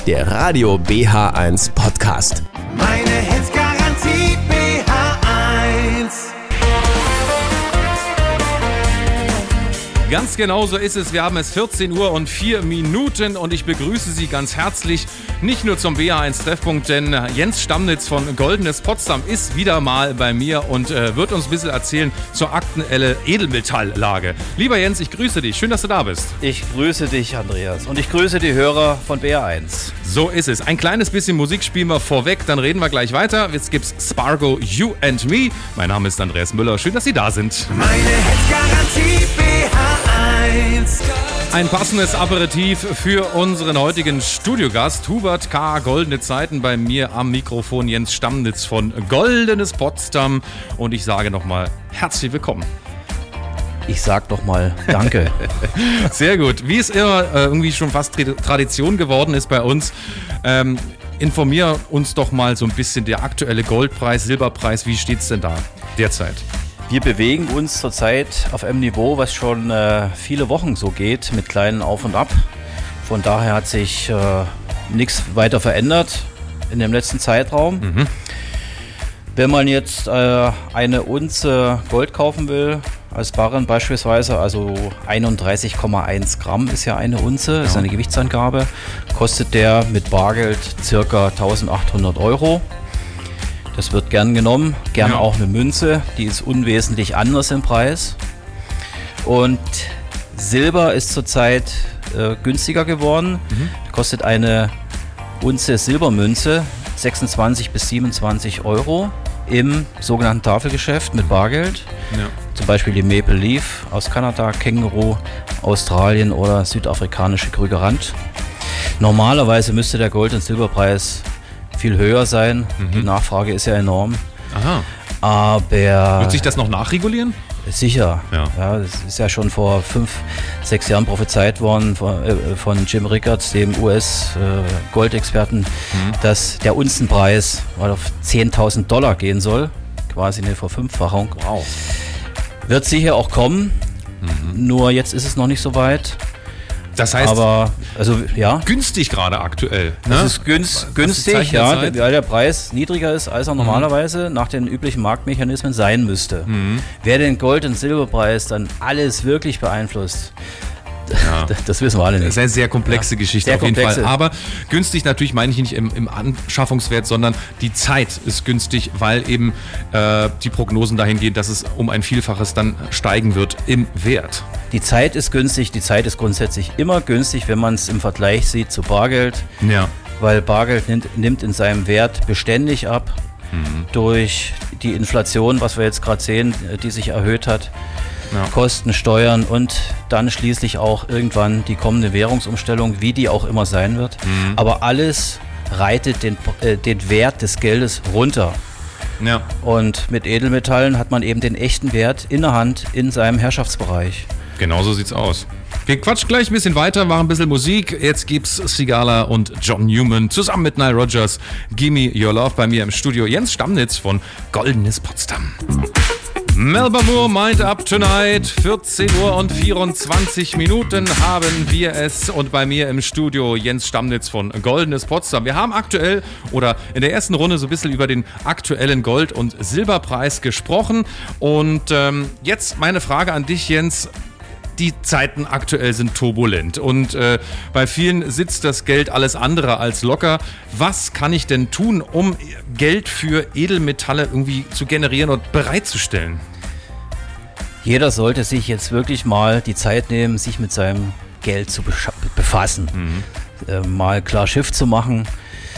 der Radio BH1 Podcast. Meine Hits-Garantie BH1. Ganz genau so ist es. Wir haben es 14 Uhr und 4 Minuten und ich begrüße Sie ganz herzlich, nicht nur zum BH1 Treffpunkt, denn Jens Stammnitz von Goldenes Potsdam ist wieder mal bei mir und wird uns ein bisschen erzählen zur aktuellen Edelmetalllage. Lieber Jens, ich grüße dich. Schön, dass du da bist. Ich grüße dich, Andreas, und ich grüße die Hörer von BH1. So ist es. Ein kleines bisschen Musik spielen wir vorweg, dann reden wir gleich weiter. Jetzt gibt's Spargo, You and Me. Mein Name ist Andreas Müller. Schön, dass Sie da sind. Meine Hits-Garantie BH1. Ein passendes Aperitif für unseren heutigen Studiogast, Hubert K. Goldene Zeiten, bei mir am Mikrofon Jens Stammnitz von Goldenes Potsdam und ich sage nochmal herzlich willkommen. Ich sag doch mal Danke. Sehr gut. Wie es immer irgendwie schon fast Tradition geworden ist bei uns, informier uns doch mal so ein bisschen der aktuelle Goldpreis, Silberpreis, wie steht's denn da derzeit? Wir bewegen uns zurzeit auf einem Niveau, was schon viele Wochen so geht, mit kleinen Auf und Ab. Von daher hat sich nichts weiter verändert in dem letzten Zeitraum. Mhm. Wenn man jetzt eine Unze Gold kaufen will, als Barren beispielsweise, also 31,1 Gramm ist ja eine Unze, ist eine Gewichtsangabe, kostet der mit Bargeld ca. 1.800 Euro. Das wird gern genommen, gern auch eine Münze, die ist unwesentlich anders im Preis. Und Silber ist zurzeit günstiger geworden, kostet eine Unze Silbermünze 26 bis 27 Euro im sogenannten Tafelgeschäft mit Bargeld. Ja. Zum Beispiel die Maple Leaf aus Kanada, Känguru, Australien oder südafrikanische Krügerrand. Normalerweise müsste der Gold- und Silberpreis viel höher sein. Die Nachfrage ist ja enorm. Aha. Aber wird sich das noch nachregulieren? Sicher. Ja, das ist ja schon vor 5-6 Jahren prophezeit worden von Jim Rickards, dem US-Goldexperten, dass der Unzenpreis mal auf $10.000 gehen soll. Quasi eine Verfünffachung. Wow. Wird sicher auch kommen, nur jetzt ist es noch nicht so weit. Das heißt, aber, also, ja. günstig gerade aktuell. Ne? Das ist günstig, ja, weil der Preis niedriger ist, als er normalerweise nach den üblichen Marktmechanismen sein müsste. Wer den Gold- und Silberpreis dann alles wirklich beeinflusst, das wissen wir alle nicht. Das ist eine sehr komplexe Geschichte auf jeden Fall. Aber günstig natürlich meine ich nicht im Anschaffungswert, sondern die Zeit ist günstig, weil eben die Prognosen dahin gehen, dass es um ein Vielfaches dann steigen wird im Wert. Die Zeit ist günstig, die Zeit ist grundsätzlich immer günstig, wenn man es im Vergleich sieht zu Bargeld. Ja. Weil Bargeld nimmt in seinem Wert beständig ab durch die Inflation, was wir jetzt gerade sehen, die sich erhöht hat. Ja. Kosten, Steuern und dann schließlich auch irgendwann die kommende Währungsumstellung, wie die auch immer sein wird. Aber alles reitet den Wert des Geldes runter. Ja. Und mit Edelmetallen hat man eben den echten Wert in der Hand in seinem Herrschaftsbereich. Genau so sieht's aus. Wir quatschen gleich ein bisschen weiter, machen ein bisschen Musik. Jetzt gibt's Sigala und John Newman zusammen mit Nile Rodgers. Gimme Your Love bei mir im Studio. Jens Stammnitz von Goldenes Potsdam. Melba Moore, Mind Up Tonight, 14 Uhr und 24 Minuten haben wir es und bei mir im Studio Jens Stammnitz von Goldenes Potsdam. Wir haben aktuell oder in der ersten Runde so ein bisschen über den aktuellen Gold- und Silberpreis gesprochen und jetzt meine Frage an dich, Jens. Die Zeiten aktuell sind turbulent und bei vielen sitzt das Geld alles andere als locker. Was kann ich denn tun, um Geld für Edelmetalle irgendwie zu generieren und bereitzustellen? Jeder sollte sich jetzt wirklich mal die Zeit nehmen, sich mit seinem Geld zu befassen. Mal klar Schiff zu machen.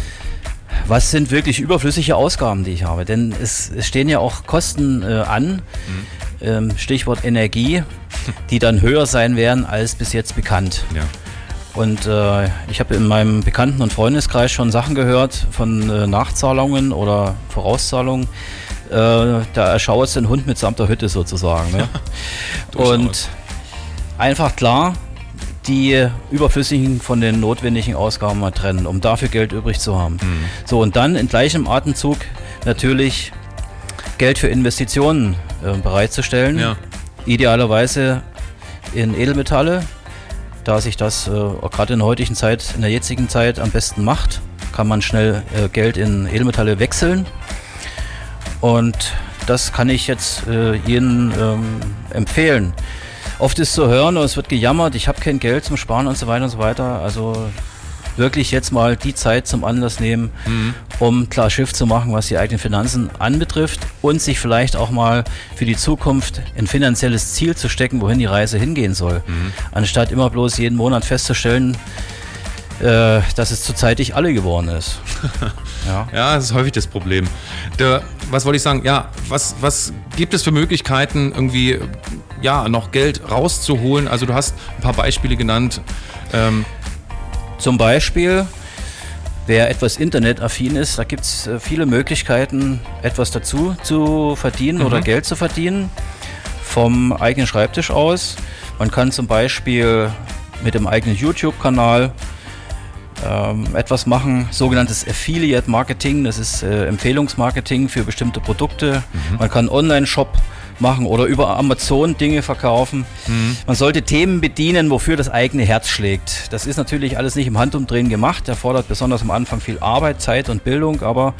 Was sind wirklich überflüssige Ausgaben, die ich habe? Denn es stehen ja auch Kosten an. Stichwort Energie, die dann höher sein werden als bis jetzt bekannt. Ja. Und ich habe in meinem Bekannten- und Freundeskreis schon Sachen gehört von Nachzahlungen oder Vorauszahlungen. Da erschauert den Hund mitsamt der Hütte sozusagen. Ne? Und einfach klar, die überflüssigen von den notwendigen Ausgaben mal trennen, um dafür Geld übrig zu haben. So, und dann in gleichem Atemzug natürlich Geld für Investitionen bereitzustellen. Ja. Idealerweise in Edelmetalle. da sich das gerade in der heutigen Zeit, in der jetzigen Zeit am besten macht, kann man schnell Geld in Edelmetalle wechseln. Und das kann ich jetzt jedem empfehlen. Oft ist zu hören, es wird gejammert, ich habe kein Geld zum Sparen und so weiter und so weiter. Also wirklich jetzt mal die Zeit zum Anlass nehmen, um klar Schiff zu machen, was die eigenen Finanzen anbetrifft und sich vielleicht auch mal für die Zukunft ein finanzielles Ziel zu stecken, wohin die Reise hingehen soll. Anstatt immer bloß jeden Monat festzustellen, dass es zurzeitig alle geworden ist. Ja, das ist häufig das Problem. Was wollte ich sagen? Ja, was gibt es für Möglichkeiten, irgendwie noch Geld rauszuholen? Also du hast ein paar Beispiele genannt. Zum Beispiel, wer etwas internetaffin ist, da gibt es viele Möglichkeiten, etwas dazu zu verdienen oder Geld zu verdienen vom eigenen Schreibtisch aus. Man kann zum Beispiel mit dem eigenen YouTube-Kanal etwas machen, sogenanntes Affiliate Marketing, das ist Empfehlungsmarketing für bestimmte Produkte. Man kann einen Online-Shop machen oder über Amazon Dinge verkaufen. Man sollte Themen bedienen, wofür das eigene Herz schlägt. Das ist natürlich alles nicht im Handumdrehen gemacht, erfordert besonders am Anfang viel Arbeit, Zeit und Bildung, aber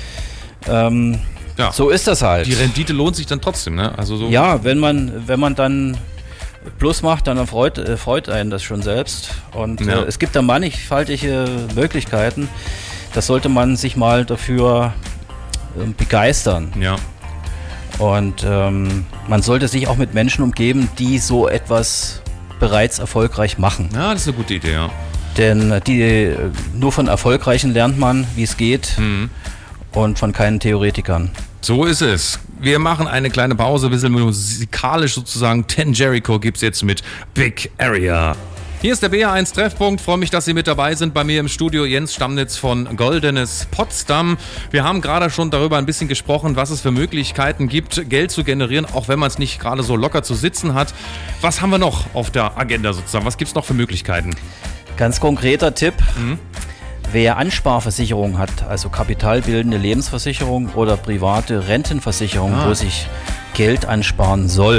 so ist das halt. Die Rendite lohnt sich dann trotzdem, ne? Also so. Ja, wenn man dann Plus macht, dann freut einen das schon selbst. Und es gibt da mannigfaltige Möglichkeiten. Das sollte man sich mal dafür begeistern. Ja. Und man sollte sich auch mit Menschen umgeben, die so etwas bereits erfolgreich machen. Ja, das ist eine gute Idee, ja. Denn nur von Erfolgreichen lernt man, wie es geht und von keinen Theoretikern. So ist es. Wir machen eine kleine Pause, ein bisschen musikalisch sozusagen. Ten Jericho gibt's jetzt mit Big Area. Hier ist der BH1 Treffpunkt. Freue mich, dass Sie mit dabei sind. Bei mir im Studio Jens Stamnitz von Goldenes Potsdam. Wir haben gerade schon darüber ein bisschen gesprochen, was es für Möglichkeiten gibt, Geld zu generieren, auch wenn man es nicht gerade so locker zu sitzen hat. Was haben wir noch auf der Agenda sozusagen? Was gibt's noch für Möglichkeiten? Ganz konkreter Tipp. Wer Ansparversicherung hat, also kapitalbildende Lebensversicherung oder private Rentenversicherung, wo sich Geld ansparen soll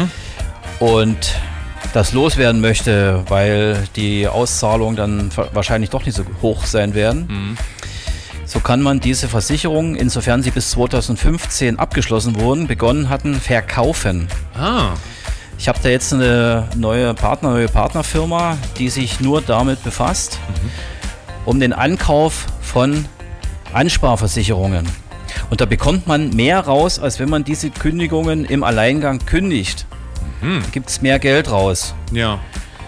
und das loswerden möchte, weil die Auszahlungen dann wahrscheinlich doch nicht so hoch sein werden, so kann man diese Versicherung, insofern sie bis 2015 abgeschlossen wurden, begonnen hatten, verkaufen. Ich habe da jetzt eine neue Partnerfirma, die sich nur damit befasst, um den Ankauf von Ansparversicherungen. Und da bekommt man mehr raus, als wenn man diese Kündigungen im Alleingang kündigt. Da gibt es mehr Geld raus. Ja.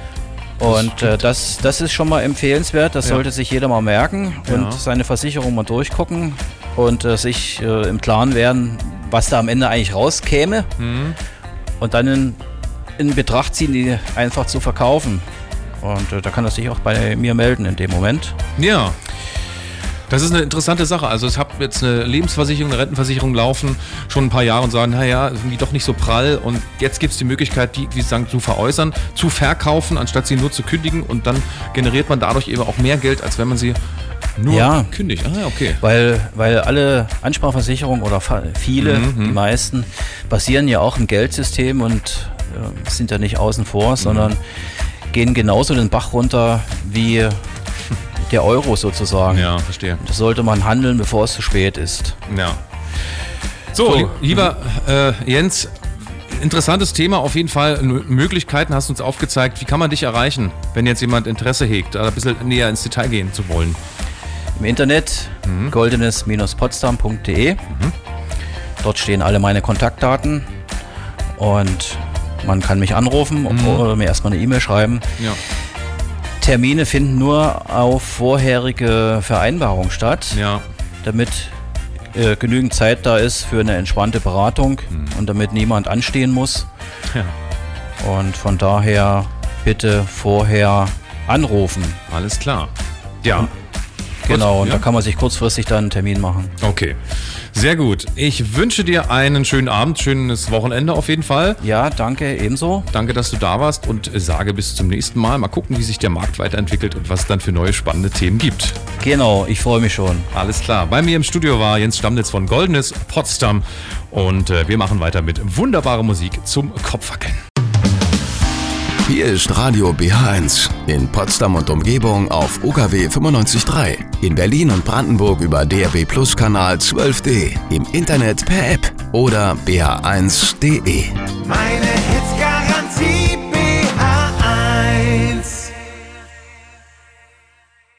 Und das ist schon mal empfehlenswert, das sollte sich jeder mal merken und seine Versicherung mal durchgucken und sich im Klaren werden, was da am Ende eigentlich rauskäme und dann in Betracht ziehen, die einfach zu verkaufen. Und da kann er sich auch bei mir melden in dem Moment. Ja. Das ist eine interessante Sache. Also ich habe jetzt eine Lebensversicherung, eine Rentenversicherung laufen, schon ein paar Jahre und sagen, naja, irgendwie doch nicht so prall. Und jetzt gibt es die Möglichkeit, die, wie Sie sagen, zu veräußern, zu verkaufen, anstatt sie nur zu kündigen. Und dann generiert man dadurch eben auch mehr Geld, als wenn man sie nur kündigt. Okay. Weil alle Ansparversicherungen oder viele, die meisten, basieren ja auch im Geldsystem und sind ja nicht außen vor, sondern gehen genauso den Bach runter wie der Euro sozusagen. Ja, verstehe. Das sollte man handeln, bevor es zu spät ist. Ja. So, lieber Jens, interessantes Thema auf jeden Fall. Möglichkeiten hast du uns aufgezeigt. Wie kann man dich erreichen, wenn jetzt jemand Interesse hegt, ein bisschen näher ins Detail gehen zu wollen? Im Internet goldenes-potsdam.de. Dort stehen alle meine Kontaktdaten und man kann mich anrufen oder mir erstmal eine E-Mail schreiben. Ja. Termine finden nur auf vorherige Vereinbarung statt, damit genügend Zeit da ist für eine entspannte Beratung und damit niemand anstehen muss. Ja. Und von daher bitte vorher anrufen. Alles klar. Ja. Genau, und da kann man sich kurzfristig dann einen Termin machen. Okay, sehr gut. Ich wünsche dir einen schönen Abend, schönes Wochenende auf jeden Fall. Ja, danke, ebenso. Danke, dass du da warst und sage bis zum nächsten Mal. Mal gucken, wie sich der Markt weiterentwickelt und was es dann für neue spannende Themen gibt. Genau, ich freue mich schon. Alles klar. Bei mir im Studio war Jens Stamnitz von Goldenes Potsdam und wir machen weiter mit wunderbarer Musik zum Kopfwackeln. Hier ist Radio BH1. In Potsdam und Umgebung auf UKW 95.3. In Berlin und Brandenburg über DRB Plus Kanal 12D. Im Internet per App oder bh1.de. Meine Hits